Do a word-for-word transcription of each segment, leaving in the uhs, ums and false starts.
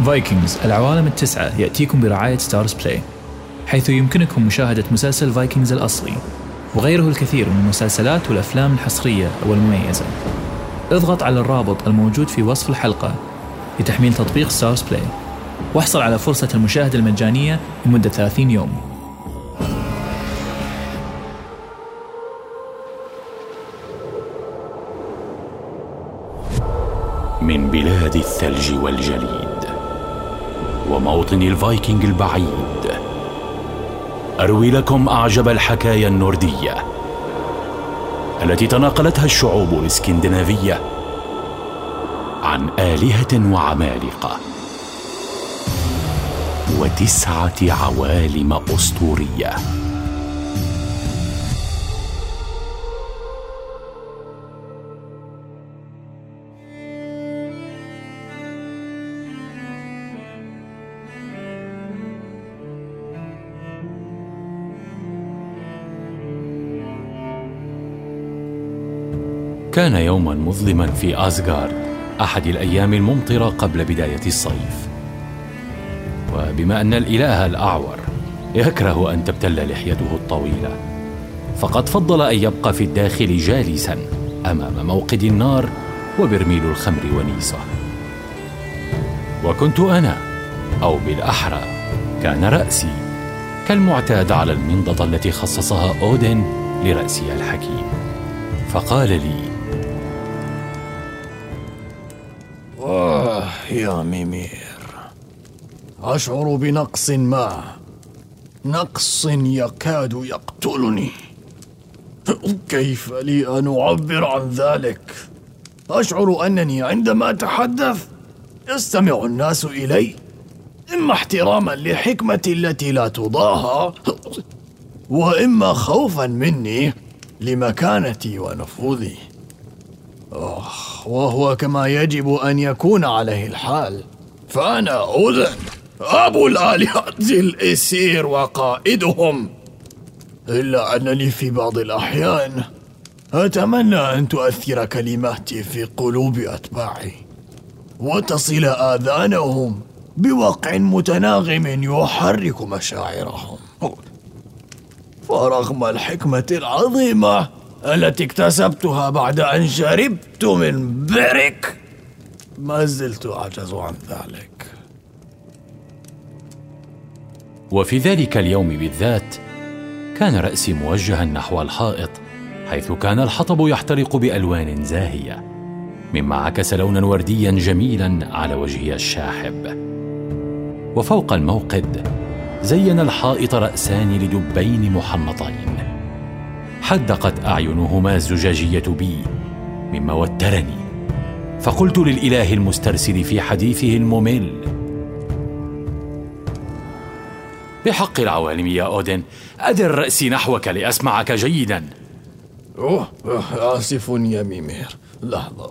فايكنجز العوالم التسعة يأتيكم برعاية ستارز بلاي، حيث يمكنكم مشاهدة مسلسل فايكنجز الأصلي وغيره الكثير من المسلسلات والأفلام الحصرية والمميزة. اضغط على الرابط الموجود في وصف الحلقة لتحميل تطبيق ستارز بلاي، واحصل على فرصة المشاهدة المجانية لمدة ثلاثين يوم. من بلاد الثلج والجليد وموطن الفايكنج البعيد، أروي لكم أعجب الحكايا النوردية التي تناقلتها الشعوب الإسكندنافية عن آلهة وعمالقة وتسعة عوالم أسطورية. كان يوما مظلما في أسغارد، أحد الأيام الممطرة قبل بداية الصيف. وبما أن الإله الأعور يكره أن تبتل لحيته الطويلة، فقد فضل أن يبقى في الداخل جالسا أمام موقد النار وبرميل الخمر ونيسه. وكنت أنا، أو بالأحرى كان رأسي، كالمعتاد على المنضدة التي خصصها أودن لرأسي الحكيم. فقال لي: آه يا ميمير، أشعر بنقص ما، نقص يكاد يقتلني. كيف لي أن أعبر عن ذلك؟ أشعر أنني عندما أتحدث يستمع الناس إلي، إما احتراما لحكمتي التي لا تضاهى، وإما خوفا مني لمكانتي ونفوذي. أوه، وهو كما يجب أن يكون عليه الحال، فأنا أودن أبو الآلهة الإسير وقائدهم. إلا أنني في بعض الأحيان أتمنى أن تؤثر كلماتي في قلوب أتباعي وتصل آذانهم بوقع متناغم يحرك مشاعرهم. فرغم الحكمة العظيمة التي اكتسبتها بعد أن شربت من برك، ما زلت أعجز عن ذلك. وفي ذلك اليوم بالذات كان رأسي موجها نحو الحائط، حيث كان الحطب يحترق بألوان زاهية، مما عكس لونا ورديا جميلا على وجهي الشاحب. وفوق الموقد زين الحائط رأسان لدبين محنطين، حدقت أعينهما الزجاجية بي مما وترني. فقلت للإله المسترسل في حديثه الممل: بحق العوالم يا أودن، أدر رأسي نحوك لأسمعك جيدا. أوه، آسف يا ميمير، لحظة.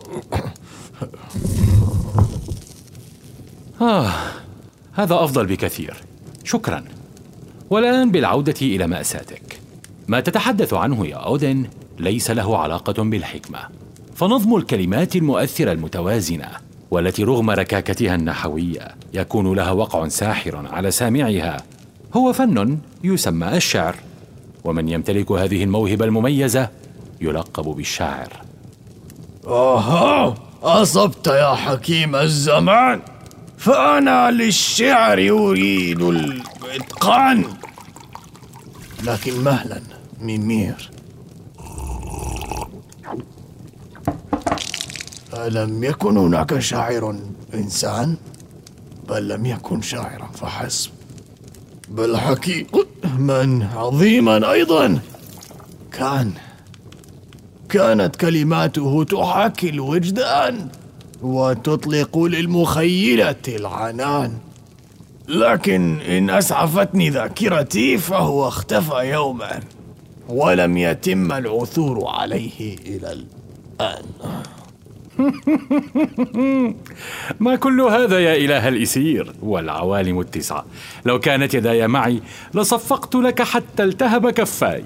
آه، هذا أفضل بكثير، شكرا. والآن بالعودة إلى مأساتك. ما تتحدث عنه يا أودن ليس له علاقة بالحكمة، فنظم الكلمات المؤثرة المتوازنة والتي رغم ركاكتها النحوية يكون لها وقع ساحر على سامعها هو فن يسمى الشعر، ومن يمتلك هذه الموهبة المميزة يلقب بالشاعر. آها، أصبت يا حكيم الزمان، فأنا للشعر يريد الإتقان. لكن مهلا ميمير، ألم يكن هناك شاعر إنسان؟ بل لم يكن شاعرا فحسب، بل حكيما عظيما أيضا. كان كانت كلماته تحاكي الوجدان وتطلق للمخيلة العنان. لكن إن أسعفتني ذاكرتي فهو اختفى يوما ولم يتم العثور عليه إلى الآن. ما كل هذا يا إله الإسير والعوالم التسعة؟ لو كانت يداي معي لصفقت لك حتى التهب كفاي.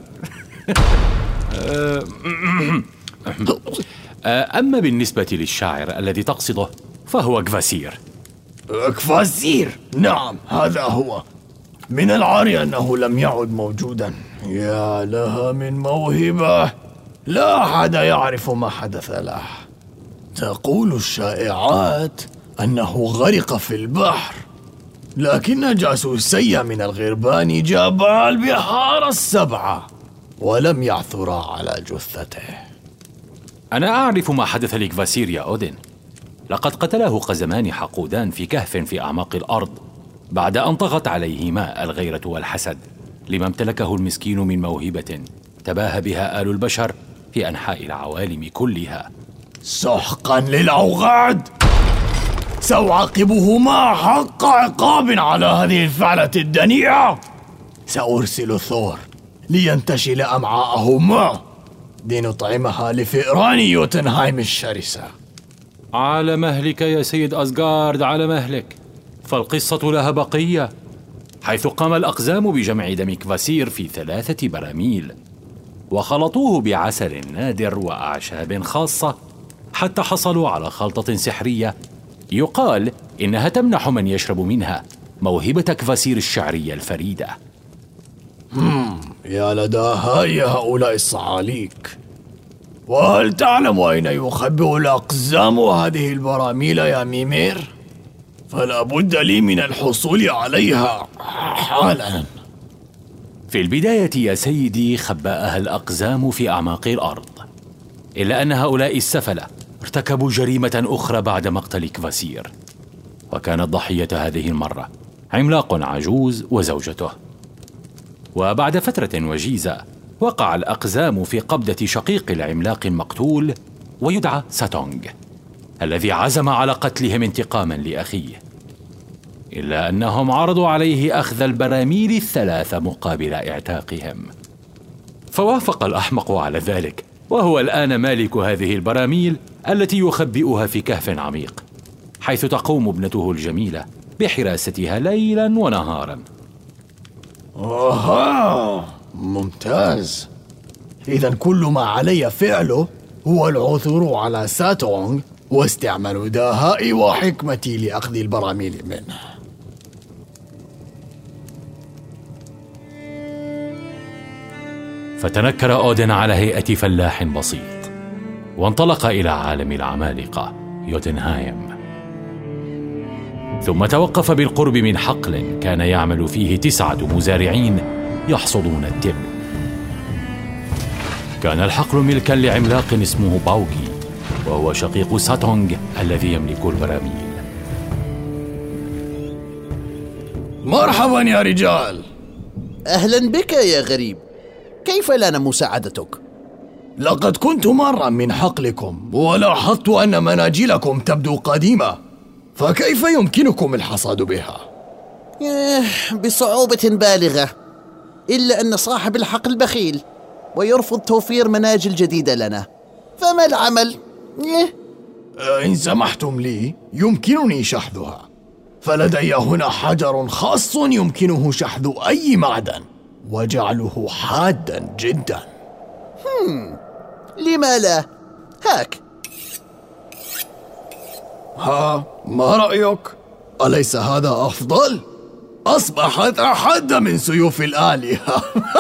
أما بالنسبة للشاعر الذي تقصده فهو غفاسير، كفاسير، نعم هذا هو. من العار أنه لم يعد موجودا. يا لها من موهبة، لا أحد يعرف ما حدث له. تقول الشائعات أنه غرق في البحر، لكن جاسوسي من الغربان جابا البحار السبعة ولم يعثرا على جثته. أنا أعرف ما حدث لكفاسير يا أودين. لقد قتله قزمان حقودان في كهف في أعماق الأرض بعد أن طغت عليهما الغيرة والحسد لما امتلكه المسكين من موهبة تباهى بها آل البشر في أنحاء العوالم كلها. سحقا للأوغاد، سأعاقبهما حق عقاب على هذه الفعلة الدنيئة. سأرسل ثور لينتشل أمعاءهما لنطعمها لفئران يوتنهايم الشرسة. على مهلك يا سيد أسغارد، على مهلك، فالقصة لها بقية، حيث قام الأقزام بجمع دم كفاسير في ثلاثة براميل وخلطوه بعسل نادر وأعشاب خاصة حتى حصلوا على خلطة سحرية يقال إنها تمنح من يشرب منها موهبة كفاسير الشعرية الفريدة. هم يا لدى هؤلاء الصعاليك. وهل تعلم أين يخبئ الأقزام هذه البراميل يا ميمير؟ فلا بد لي من الحصول عليها حالا. في البداية يا سيدي خبأها الأقزام في أعماق الأرض، إلا أن هؤلاء السفلة ارتكبوا جريمة أخرى بعد مقتل كفاسير، وكانت ضحية هذه المرة عملاق عجوز وزوجته. وبعد فترة وجيزة وقع الأقزام في قبضة شقيق العملاق المقتول ويدعى ساتونغ، الذي عزم على قتلهم انتقاما لأخيه، إلا أنهم عرضوا عليه أخذ البراميل الثلاثة مقابل اعتاقهم، فوافق الأحمق على ذلك، وهو الآن مالك هذه البراميل التي يخبئها في كهف عميق، حيث تقوم ابنته الجميلة بحراستها ليلا ونهارا. آها، ممتاز. إذن كل ما علي فعله هو العثور على ساتونغ واستعمال دهائي وحكمتي لأخذ البراميل منه. فتنكر أودين على هيئة فلاح بسيط وانطلق إلى عالم العمالقة يوتنهايم، ثم توقف بالقرب من حقل كان يعمل فيه تسعة مزارعين يحصدون التبن. كان الحقل ملكا لعملاق اسمه باوغي، وهو شقيق ساتونغ الذي يملك البراميل. مرحبا يا رجال. أهلا بك يا غريب، كيف لنا مساعدتك؟ لقد كنت مرا من حقلكم ولاحظت أن مناجلكم تبدو قديمة، فكيف يمكنكم الحصاد بها؟ بصعوبة بالغة، إلا أن صاحب الحقل بخيل ويرفض توفير مناجل جديدة لنا، فما العمل؟ إن سمحتم لي يمكنني شحذها، فلدي هنا حجر خاص يمكنه شحذ أي معدن وجعله حادا جدا. هم. لما لا؟ هاك. ها، ما رأيك؟ أليس هذا أفضل؟ أصبحت أحد من سيوف الآلهة.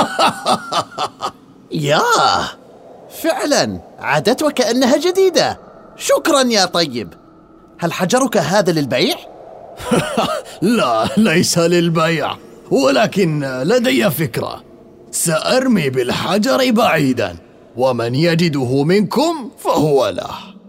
ياه، فعلا عادت وكأنها جديدة. شكرا يا طيب. هل حجرك هذا للبيع؟ لا، ليس للبيع، ولكن لدي فكرة. سأرمي بالحجر بعيدا، ومن يجده منكم فهو له.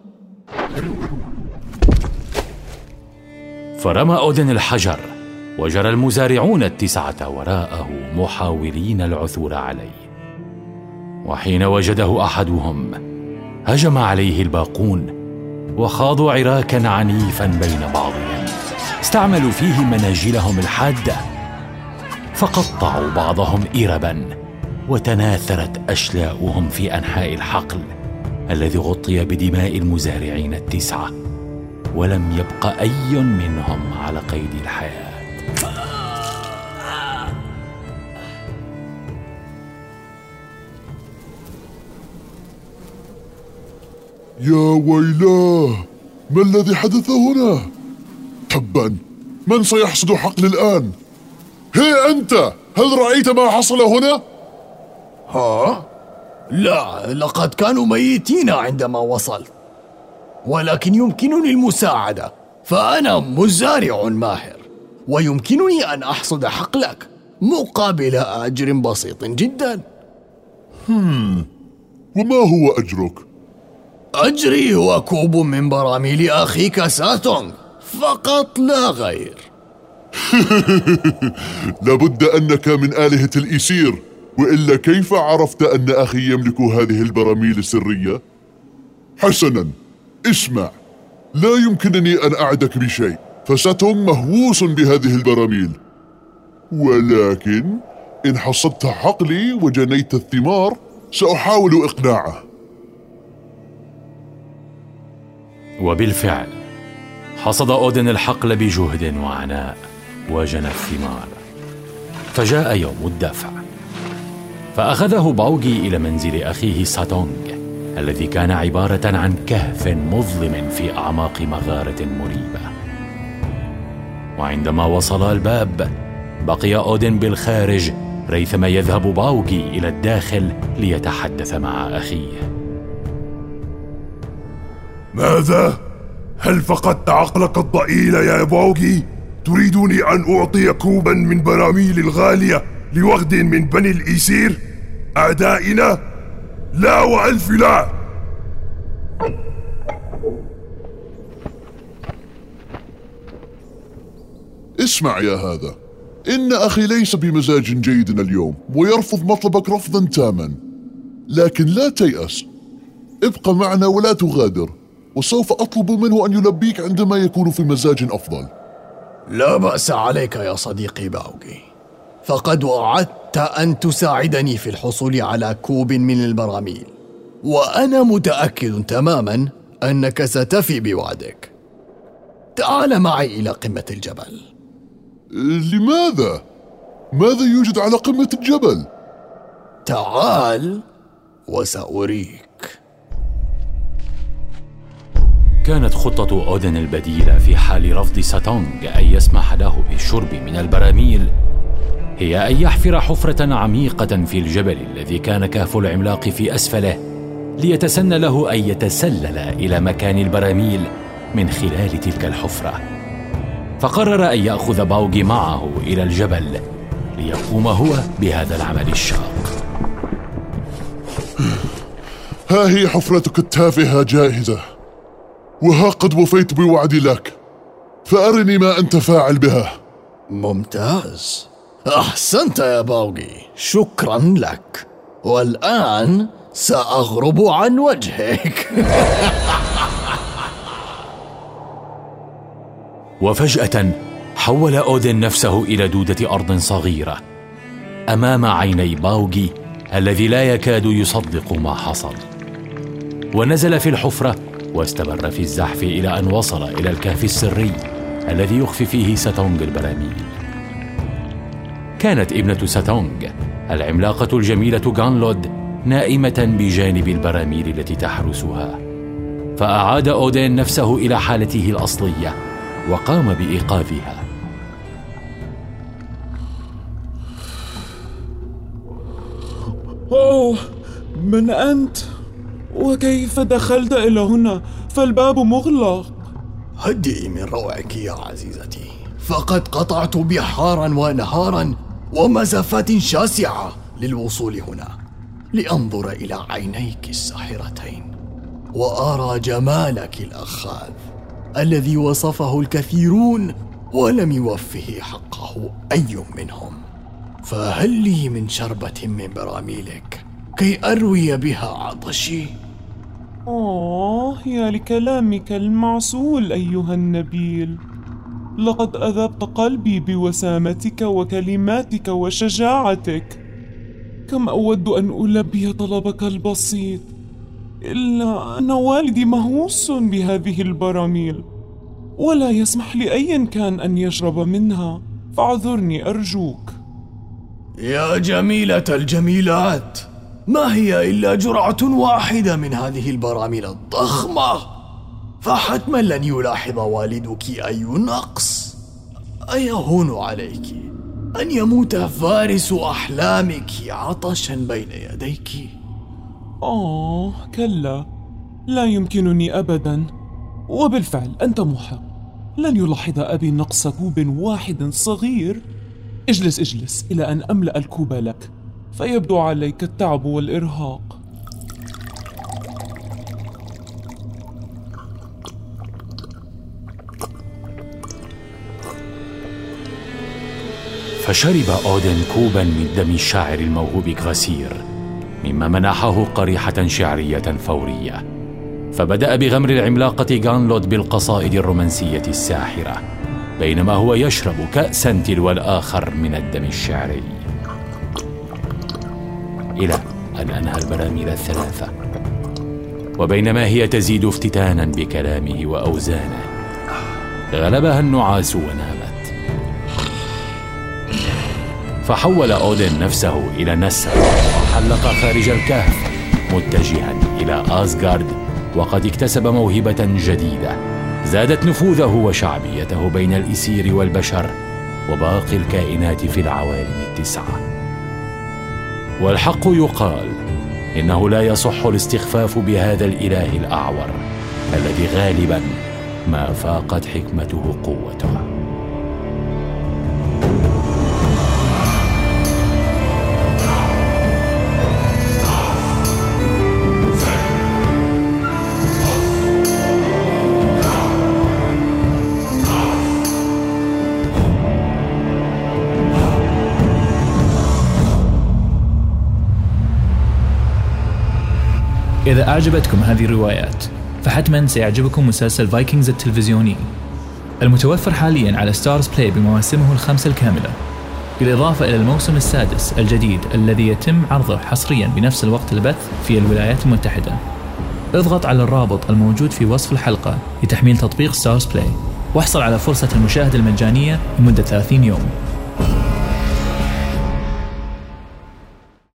فرمى أودين الحجر، وجرى المزارعون التسعة وراءه محاولين العثور عليه. وحين وجده أحدهم هجم عليه الباقون وخاضوا عراكا عنيفا بين بعضهم، استعملوا فيه مناجلهم الحادة، فقطعوا بعضهم إربا، وتناثرت أشلاؤهم في أنحاء الحقل الذي غطي بدماء المزارعين التسعة، ولم يبق أي منهم على قيد الحياة. يا ويلاه، ما الذي حدث هنا؟ تبا، من سيحصد حقلي الآن؟ هي أنت، هل رأيت ما حصل هنا؟ ها؟ لا، لقد كانوا ميتين عندما وصلت، ولكن يمكنني المساعدة، فأنا مزارع ماهر ويمكنني أن أحصد حقلك مقابل أجر بسيط جدا. هم. وما هو أجرك؟ أجري هو كوب من براميل أخيك ساتونغ فقط لا غير. لابد أنك من آلهة الإيسير، وإلا كيف عرفت أن أخي يملك هذه البراميل السرية؟ حسناً، اسمع، لا يمكنني أن أعدك بشيء، فساتونغ مهووس بهذه البراميل، ولكن إن حصدت حقلي وجنيت الثمار سأحاول إقناعه. وبالفعل حصد أودن الحقل بجهد وعناء وجنى الثمار. فجاء يوم الدفع، فأخذه باوغي إلى منزل أخيه ساتونغ الذي كان عبارة عن كهف مظلم في أعماق مغارة مريبة. وعندما وصل الباب بقي أودن بالخارج ريثما يذهب باوغي إلى الداخل ليتحدث مع أخيه. ماذا؟ هل فقدت عقلك الضئيل يا باوغي؟ تريدني أن أعطي كوبا من براميل الغالية لوغد من بني الإيسير أعدائنا؟ لا وألف لا. اسمع يا هذا، إن أخي ليس بمزاج جيد اليوم ويرفض مطلبك رفضا تاما، لكن لا تيأس، ابقى معنا ولا تغادر، وسوف أطلب منه أن يلبيك عندما يكون في مزاج أفضل. لا بأس عليك يا صديقي باوغي، فقد وعدت أن تساعدني في الحصول على كوب من البراميل، وأنا متأكد تماما أنك ستفي بوعدك. تعال معي إلى قمة الجبل. لماذا؟ ماذا يوجد على قمة الجبل؟ تعال وسأريك. كانت خطة أودن البديلة في حال رفض ساتونغ أن يسمح له بالشرب من البراميل هي أن يحفر حفرة عميقة في الجبل الذي كان كهف العملاق في أسفله، ليتسنى له أن يتسلل إلى مكان البراميل من خلال تلك الحفرة. فقرر أن يأخذ باوغي معه إلى الجبل ليقوم هو بهذا العمل الشاق. ها هي حفرتك التافهة جاهزة، وها قد وفيت بوعدي لك، فأرني ما أنت فاعل بها. ممتاز، أحسنت يا باوغي، شكرا لك، والآن سأغرب عن وجهك. وفجأة حول أودن نفسه إلى دودة أرض صغيرة أمام عيني باوغي الذي لا يكاد يصدق ما حصل، ونزل في الحفرة واستمر في الزحف إلى أن وصل إلى الكهف السري الذي يخفي فيه ساتونغ البراميل. كانت ابنة ساتونغ العملاقة الجميلة غانلود نائمة بجانب البراميل التي تحرسها، فأعاد أودين نفسه إلى حالته الأصلية وقام بإيقاظها. أوه، من أنت؟ وكيف دخلت إلى هنا؟ فالباب مغلق. هدئي من روعك يا عزيزتي، فقد قطعت بحارا ونهارا ومسافات شاسعة للوصول هنا لأنظر إلى عينيك الساحرتين وأرى جمالك الأخاذ الذي وصفه الكثيرون ولم يوفه حقه أي منهم. فهل لي من شربة من براميلك كي أروي بها عطشي؟ آه، يا لكلامك المعسول أيها النبيل، لقد أذبت قلبي بوسامتك وكلماتك وشجاعتك. كم أود أن ألبي طلبك البسيط، إلا أن والدي مهووس بهذه البراميل ولا يسمح لأي كان أن يشرب منها، فاعذرني أرجوك. يا جميلة الجميلات، ما هي إلا جرعة واحدة من هذه البراميل الضخمة، فحتما لن يلاحظ والدك أي نقص. أيهون عليك أن يموت فارس أحلامك عطشا بين يديك؟ آه كلا، لا يمكنني أبدا. وبالفعل أنت محق، لن يلاحظ أبي نقص كوب واحد صغير. اجلس اجلس إلى أن أملأ الكوب لك، فيبدو عليك التعب والإرهاق. فشرب أودن كوبا من دم الشاعر الموهوب غسير، مما منحه قريحة شعرية فورية. فبدأ بغمر العملاقة غانلود بالقصائد الرومانسية الساحرة، بينما هو يشرب كأسا تلو الآخر من الدم الشعري، إلى أن أنهى البراميل الثلاثة. وبينما هي تزيد افتتانا بكلامه وأوزانه، غلبها النعاس ونامت. فحول أودن نفسه إلى نسر وحلق خارج الكهف متجها إلى آسغارد، وقد اكتسب موهبة جديدة زادت نفوذه وشعبيته بين الإسير والبشر وباقي الكائنات في العوالم التسعة. والحق يقال إنه لا يصح الاستخفاف بهذا الإله الأعور الذي غالبا ما فاقت حكمته قوته. إذا أعجبتكم هذه الروايات فحتما سيعجبكم مسلسل فايكنجز التلفزيوني المتوفر حاليا على ستارز بلاي بمواسمه الخمسة الكاملة، بالإضافة إلى الموسم السادس الجديد الذي يتم عرضه حصريا بنفس الوقت البث في الولايات المتحدة. اضغط على الرابط الموجود في وصف الحلقة لتحميل تطبيق ستارز بلاي واحصل على فرصة المشاهدة المجانية لمدة ثلاثين يوم.